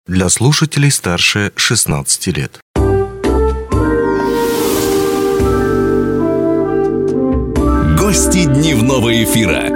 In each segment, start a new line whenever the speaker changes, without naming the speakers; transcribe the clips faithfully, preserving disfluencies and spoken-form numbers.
для слушателей старше шестнадцати лет.
Гости дневного эфира.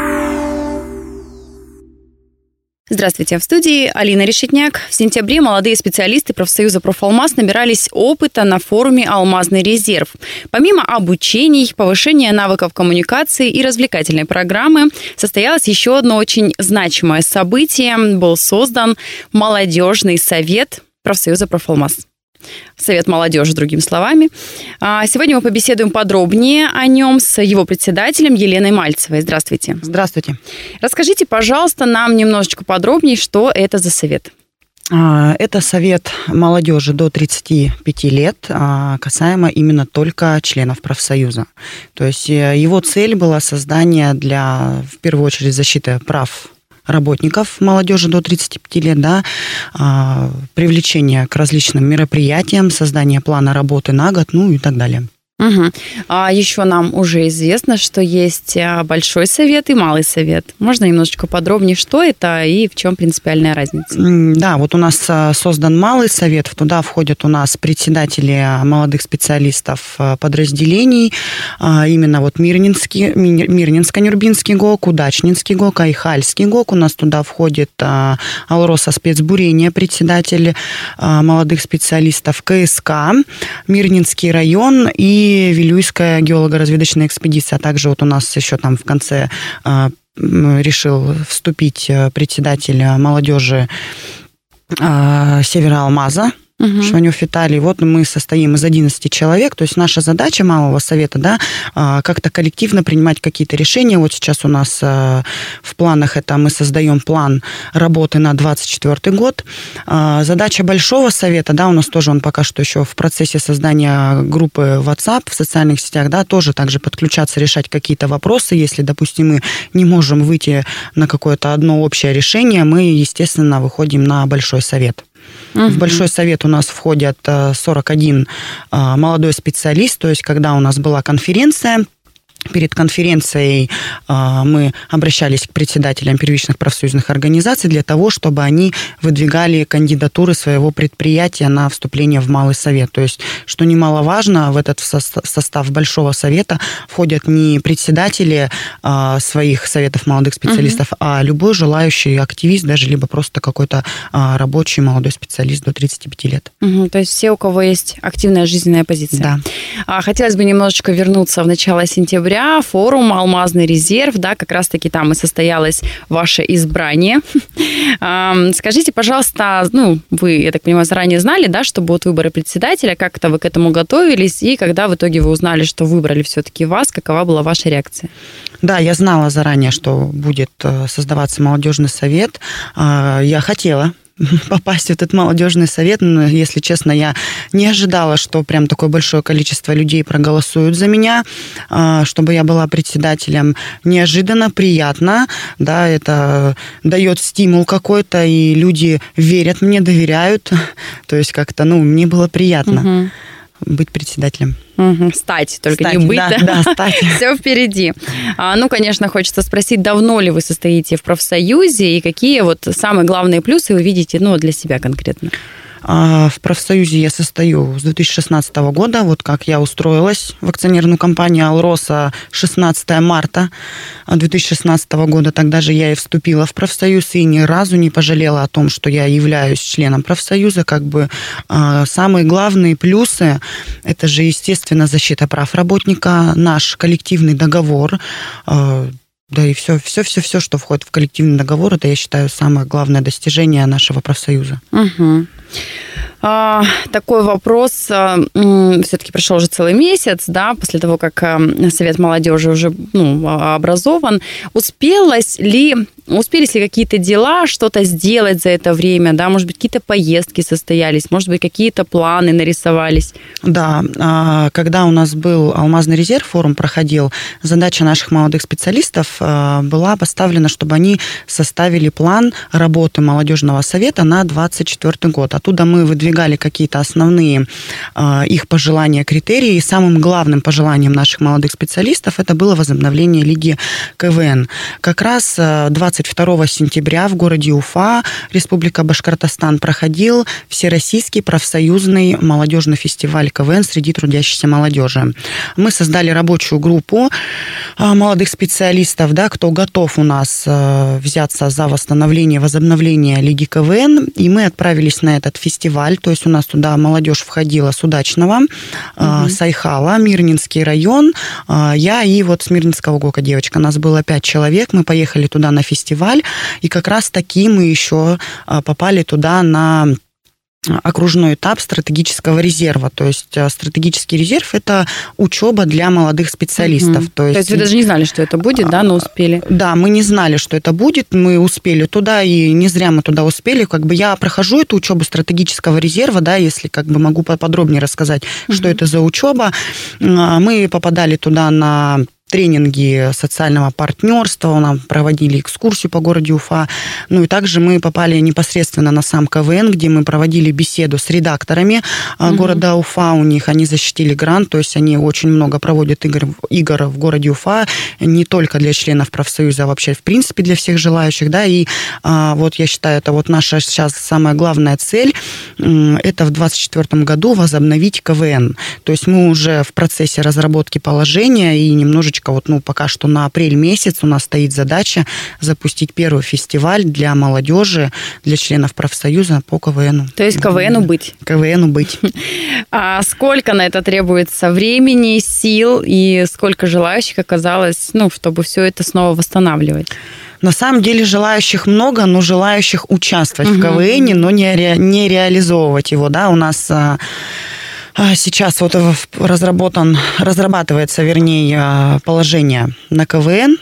Здравствуйте, в студии Алина Решетняк. В сентябре молодые специалисты профсоюза «Профалмаз» набирались опыта на форуме «Алмазный резерв». Помимо обучений, повышения навыков коммуникации и развлекательной программы, состоялось еще одно очень значимое событие. Был создан молодежный совет профсоюза «Профалмаз». Совет молодежи, другими словами. Сегодня мы побеседуем подробнее о нем с его председателем Еленой Мальцевой. Здравствуйте.
Здравствуйте.
Расскажите, пожалуйста, нам немножечко подробнее, что это за совет.
Это совет молодежи до тридцати пяти лет, касаемо именно только членов профсоюза. То есть его цель была создание для, в первую очередь, защиты прав работников молодежи до тридцати пяти лет, да, привлечение к различным мероприятиям, создание плана работы на год, ну и так далее.
Угу. А еще нам уже известно, что есть большой совет и малый совет. Можно немножечко подробнее, что это и в чем принципиальная разница?
Да, вот у нас создан малый совет. Туда входят у нас председатели молодых специалистов подразделений. Именно вот Мирнинский, Мирнинско-Нюрбинский ГОК, Удачнинский ГОК, Айхальский ГОК. У нас туда входит Алроса спецбурение, председатель молодых специалистов, КСК, Мирнинский район и Вилюйская геолого-разведочная экспедиция. А также вот у нас еще там в конце э, решил вступить председатель молодежи э, Севера Алмаза, Uh-huh. Шванев Виталий. Вот мы состоим из одиннадцати человек, то есть наша задача малого совета, да, как-то коллективно принимать какие-то решения. Вот сейчас у нас в планах это мы создаем план работы на двадцать четвёртый год. Задача большого совета, да, у нас тоже он пока что еще в процессе создания группы WhatsApp в социальных сетях, да, тоже также подключаться, решать какие-то вопросы. Если, допустим, мы не можем выйти на какое-то одно общее решение, мы, естественно, выходим на большой совет. Uh-huh. В большой совет у нас входят сорок один молодой специалист, то есть когда у нас была конференция, перед конференцией э, мы обращались к председателям первичных профсоюзных организаций для того, чтобы они выдвигали кандидатуры своего предприятия на вступление в малый совет. То есть, что немаловажно, в этот состав, состав большого совета входят не председатели э, своих советов молодых специалистов, uh-huh. а любой желающий активист, даже либо просто какой-то э, рабочий молодой специалист до тридцати пяти лет.
Uh-huh. То есть все, у кого есть активная жизненная позиция.
Да.
Хотелось бы немножечко вернуться в начало сентября. Форум «Алмазный резерв», да, как раз-таки там и состоялось ваше избрание. Скажите, пожалуйста, ну, вы, я так понимаю, заранее знали, да, что будут выборы председателя, как-то вы к этому готовились, и когда в итоге вы узнали, что выбрали все-таки вас, какова была ваша реакция?
Да, я знала заранее, что будет создаваться молодежный совет. Я хотела попасть в этот молодежный совет, но, если честно, я не ожидала, что прям такое большое количество людей проголосуют за меня, чтобы я была председателем. Неожиданно, приятно, да, это дает стимул какой-то, и люди верят мне, доверяют, то есть как-то, ну, мне было приятно. Угу. Быть председателем.
Угу, стать, только
стать,
не быть.
Да, да, стать.
Все впереди. А, ну, конечно, хочется спросить, давно ли вы состоите в профсоюзе и какие вот самые главные плюсы вы видите, ну, для себя конкретно?
В профсоюзе я состою с две тысячи шестнадцатого года. Вот как я устроилась в акционерную компанию «Алроса» шестнадцатого марта две тысячи шестнадцатого года. Тогда же я и вступила в профсоюз и ни разу не пожалела о том, что я являюсь членом профсоюза. Как бы самые главные плюсы – это же, естественно, защита прав работника, наш коллективный договор. Да и все, все, все, все, что входит в коллективный договор, это, я считаю, самое главное достижение нашего профсоюза.
Угу. А, такой вопрос. Все-таки прошел уже целый месяц, да, после того, как Совет молодежи уже, ну, образован. Успелось ли, успелись ли какие-то дела, что-то сделать за это время, да, может быть, какие-то поездки состоялись, может быть, какие-то планы нарисовались?
Да, когда у нас был «Алмазный резерв», форум проходил, задача наших молодых специалистов была поставлена, чтобы они составили план работы молодежного совета на двадцать четвёртый год. Оттуда мы выдвигали какие-то основные э, их пожелания, критерии. И самым главным пожеланием наших молодых специалистов это было возобновление лиги КВН. Как раз двадцать двадцать второго сентября в городе Уфа, Республика Башкортостан, проходил Всероссийский профсоюзный молодежный фестиваль КВН среди трудящейся молодежи. Мы создали рабочую группу молодых специалистов, да, кто готов у нас взяться за восстановление, возобновление Лиги КВН, и мы отправились на этот фестиваль, то есть у нас туда молодежь входила с Удачного, угу. Сайхала, Мирнинский район, я и вот с Мирнинского ГОКа девочка, нас было пять человек, мы поехали туда на фестиваль, и как раз таки мы еще попали туда на окружной этап стратегического резерва. То есть стратегический резерв – это учеба для молодых специалистов.
Угу. То, есть, То есть вы даже не знали, что это будет, да, но успели? Да,
мы не знали, что это будет, мы успели туда, и не зря мы туда успели. Как бы я прохожу эту учебу стратегического резерва, да, если как бы могу поподробнее рассказать, угу. что это за учеба. Мы попадали туда на тренинги социального партнерства, нам проводили экскурсию по городу Уфа. Ну и также мы попали непосредственно на сам КВН, где мы проводили беседу с редакторами угу. города Уфа. У них они защитили грант, то есть они очень много проводят игр, игр в городе Уфа, не только для членов профсоюза, а вообще в принципе для всех желающих. Да, и а, вот я считаю, это вот наша сейчас самая главная цель, это в двадцать четвёртом году возобновить КВН. То есть мы уже в процессе разработки положения и немножечко вот, ну, пока что на апрель месяц у нас стоит задача запустить первый фестиваль для молодежи, для членов профсоюза по КВНу.
То есть КВНу быть.
КВНу быть.
А сколько на это требуется времени, сил и сколько желающих оказалось, ну, чтобы все это снова восстанавливать?
На самом деле желающих много, но желающих участвовать угу. в КВНе, но не, ре, не реализовывать его. Да? У нас сейчас вот разработан, разрабатывается, вернее, положение на КВН.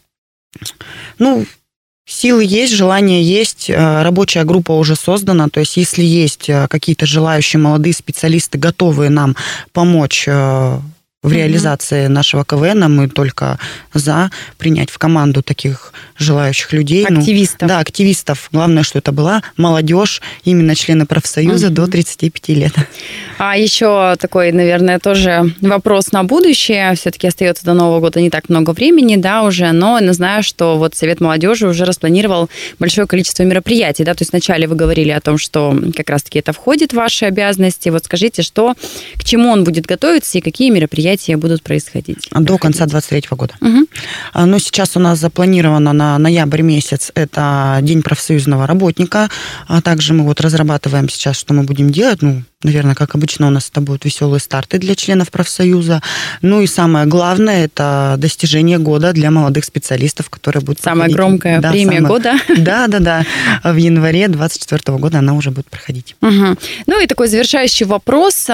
Ну, силы есть, желание есть, рабочая группа уже создана. То есть если есть какие-то желающие молодые специалисты, готовые нам помочь в реализации mm-hmm. нашего КВН, мы только за принять в команду таких желающих людей.
Активистов.
Ну, да, активистов. Главное, что это была молодежь, именно члены профсоюза mm-hmm. до тридцати пяти лет.
А еще такой, наверное, тоже вопрос на будущее. Все-таки остается до Нового года не так много времени, да, уже, но я знаю, что вот Совет молодежи уже распланировал большое количество мероприятий, да, то есть вначале вы говорили о том, что как раз-таки это входит в ваши обязанности. Вот скажите, что, к чему он будет готовиться и какие мероприятия будут происходить?
До конца двадцать третьего года.
Угу.
Но сейчас у нас запланировано на ноябрь месяц, это День профсоюзного работника. А также мы вот разрабатываем сейчас, что мы будем делать. Ну, наверное, как обычно, у нас это будут веселые старты для членов профсоюза. Ну и самое главное, это достижение года для молодых специалистов, которые будут
Самая проходить. Громкая да, премия самая... года.
Да, да, да. В январе двадцать четвёртого года она уже будет проходить.
Угу. Ну и такой завершающий вопрос.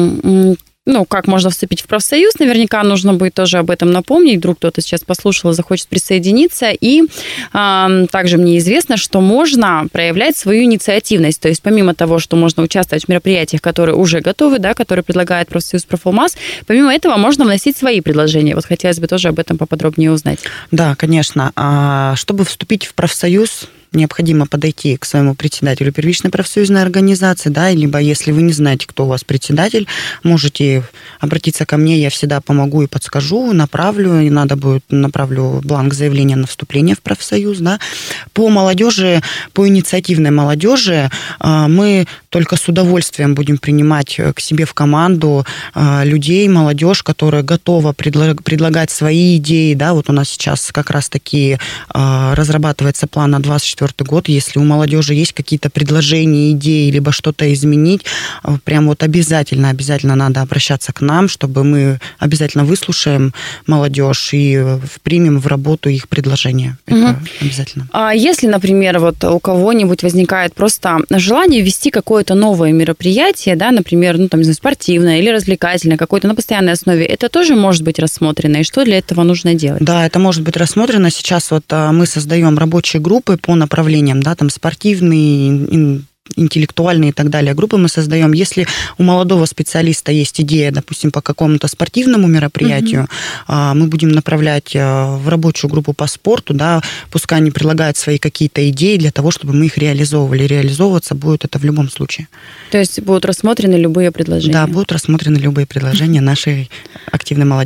Ну, как можно вступить в профсоюз, наверняка нужно будет тоже об этом напомнить. Вдруг кто-то сейчас послушал и захочет присоединиться. И э, также мне известно, что можно проявлять свою инициативность. То есть помимо того, что можно участвовать в мероприятиях, которые уже готовы, да, которые предлагает профсоюз Профалмаз, помимо этого можно вносить свои предложения. Вот хотелось бы тоже об этом поподробнее узнать.
Да, конечно. Чтобы вступить в профсоюз, необходимо подойти к своему председателю первичной профсоюзной организации, да, либо если вы не знаете, кто у вас председатель, можете обратиться ко мне, я всегда помогу и подскажу, направлю, и надо будет, направлю бланк заявления на вступление в профсоюз, да. По молодежи, по инициативной молодежи мы только с удовольствием будем принимать к себе в команду людей, молодежь, которая готова предлагать свои идеи, да, вот у нас сейчас как раз-таки разрабатывается план на двадцать четвёртый год, если у молодежи есть какие-то предложения, идеи, либо что-то изменить, прям вот обязательно, обязательно надо обращаться к нам, чтобы мы обязательно выслушаем молодежь и примем в работу их предложения. Это угу. обязательно.
А если, например, вот у кого-нибудь возникает просто желание ввести какое-то новое мероприятие, да, например, ну, там, не знаю, спортивное или развлекательное, какое-то на постоянной основе, это тоже может быть рассмотрено, и что для этого нужно делать?
Да, это может быть рассмотрено. Сейчас вот мы создаем рабочие группы по направлениям, да, там спортивные, интеллектуальные и так далее группы мы создаем. Если у молодого специалиста есть идея, допустим, по какому-то спортивному мероприятию, mm-hmm. мы будем направлять в рабочую группу по спорту, да, пускай они предлагают свои какие-то идеи для того, чтобы мы их реализовывали. Реализовываться будет это в любом случае.
То есть будут рассмотрены любые предложения?
Да, будут рассмотрены любые предложения нашей активной молодежи.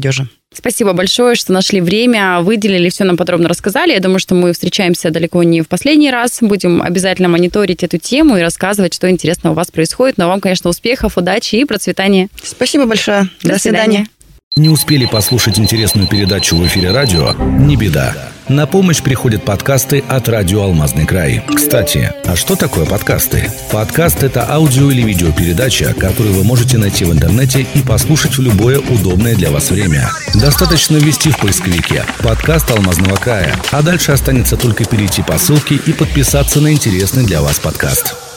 Спасибо большое, что нашли время, выделили, все нам подробно рассказали. Я думаю, что мы встречаемся далеко не в последний раз. Будем обязательно мониторить эту тему и рассказывать, что интересно у вас происходит. Но вам, конечно, успехов, удачи и процветания.
Спасибо большое.
До, До свидания. свидания.
Не успели послушать интересную передачу в эфире радио? Не беда. На помощь приходят подкасты от радио «Алмазный край». Кстати, а что такое подкасты? Подкаст – это аудио- или видеопередача, которую вы можете найти в интернете и послушать в любое удобное для вас время. Достаточно ввести в поисковике «Подкаст Алмазного края», а дальше останется только перейти по ссылке и подписаться на интересный для вас подкаст.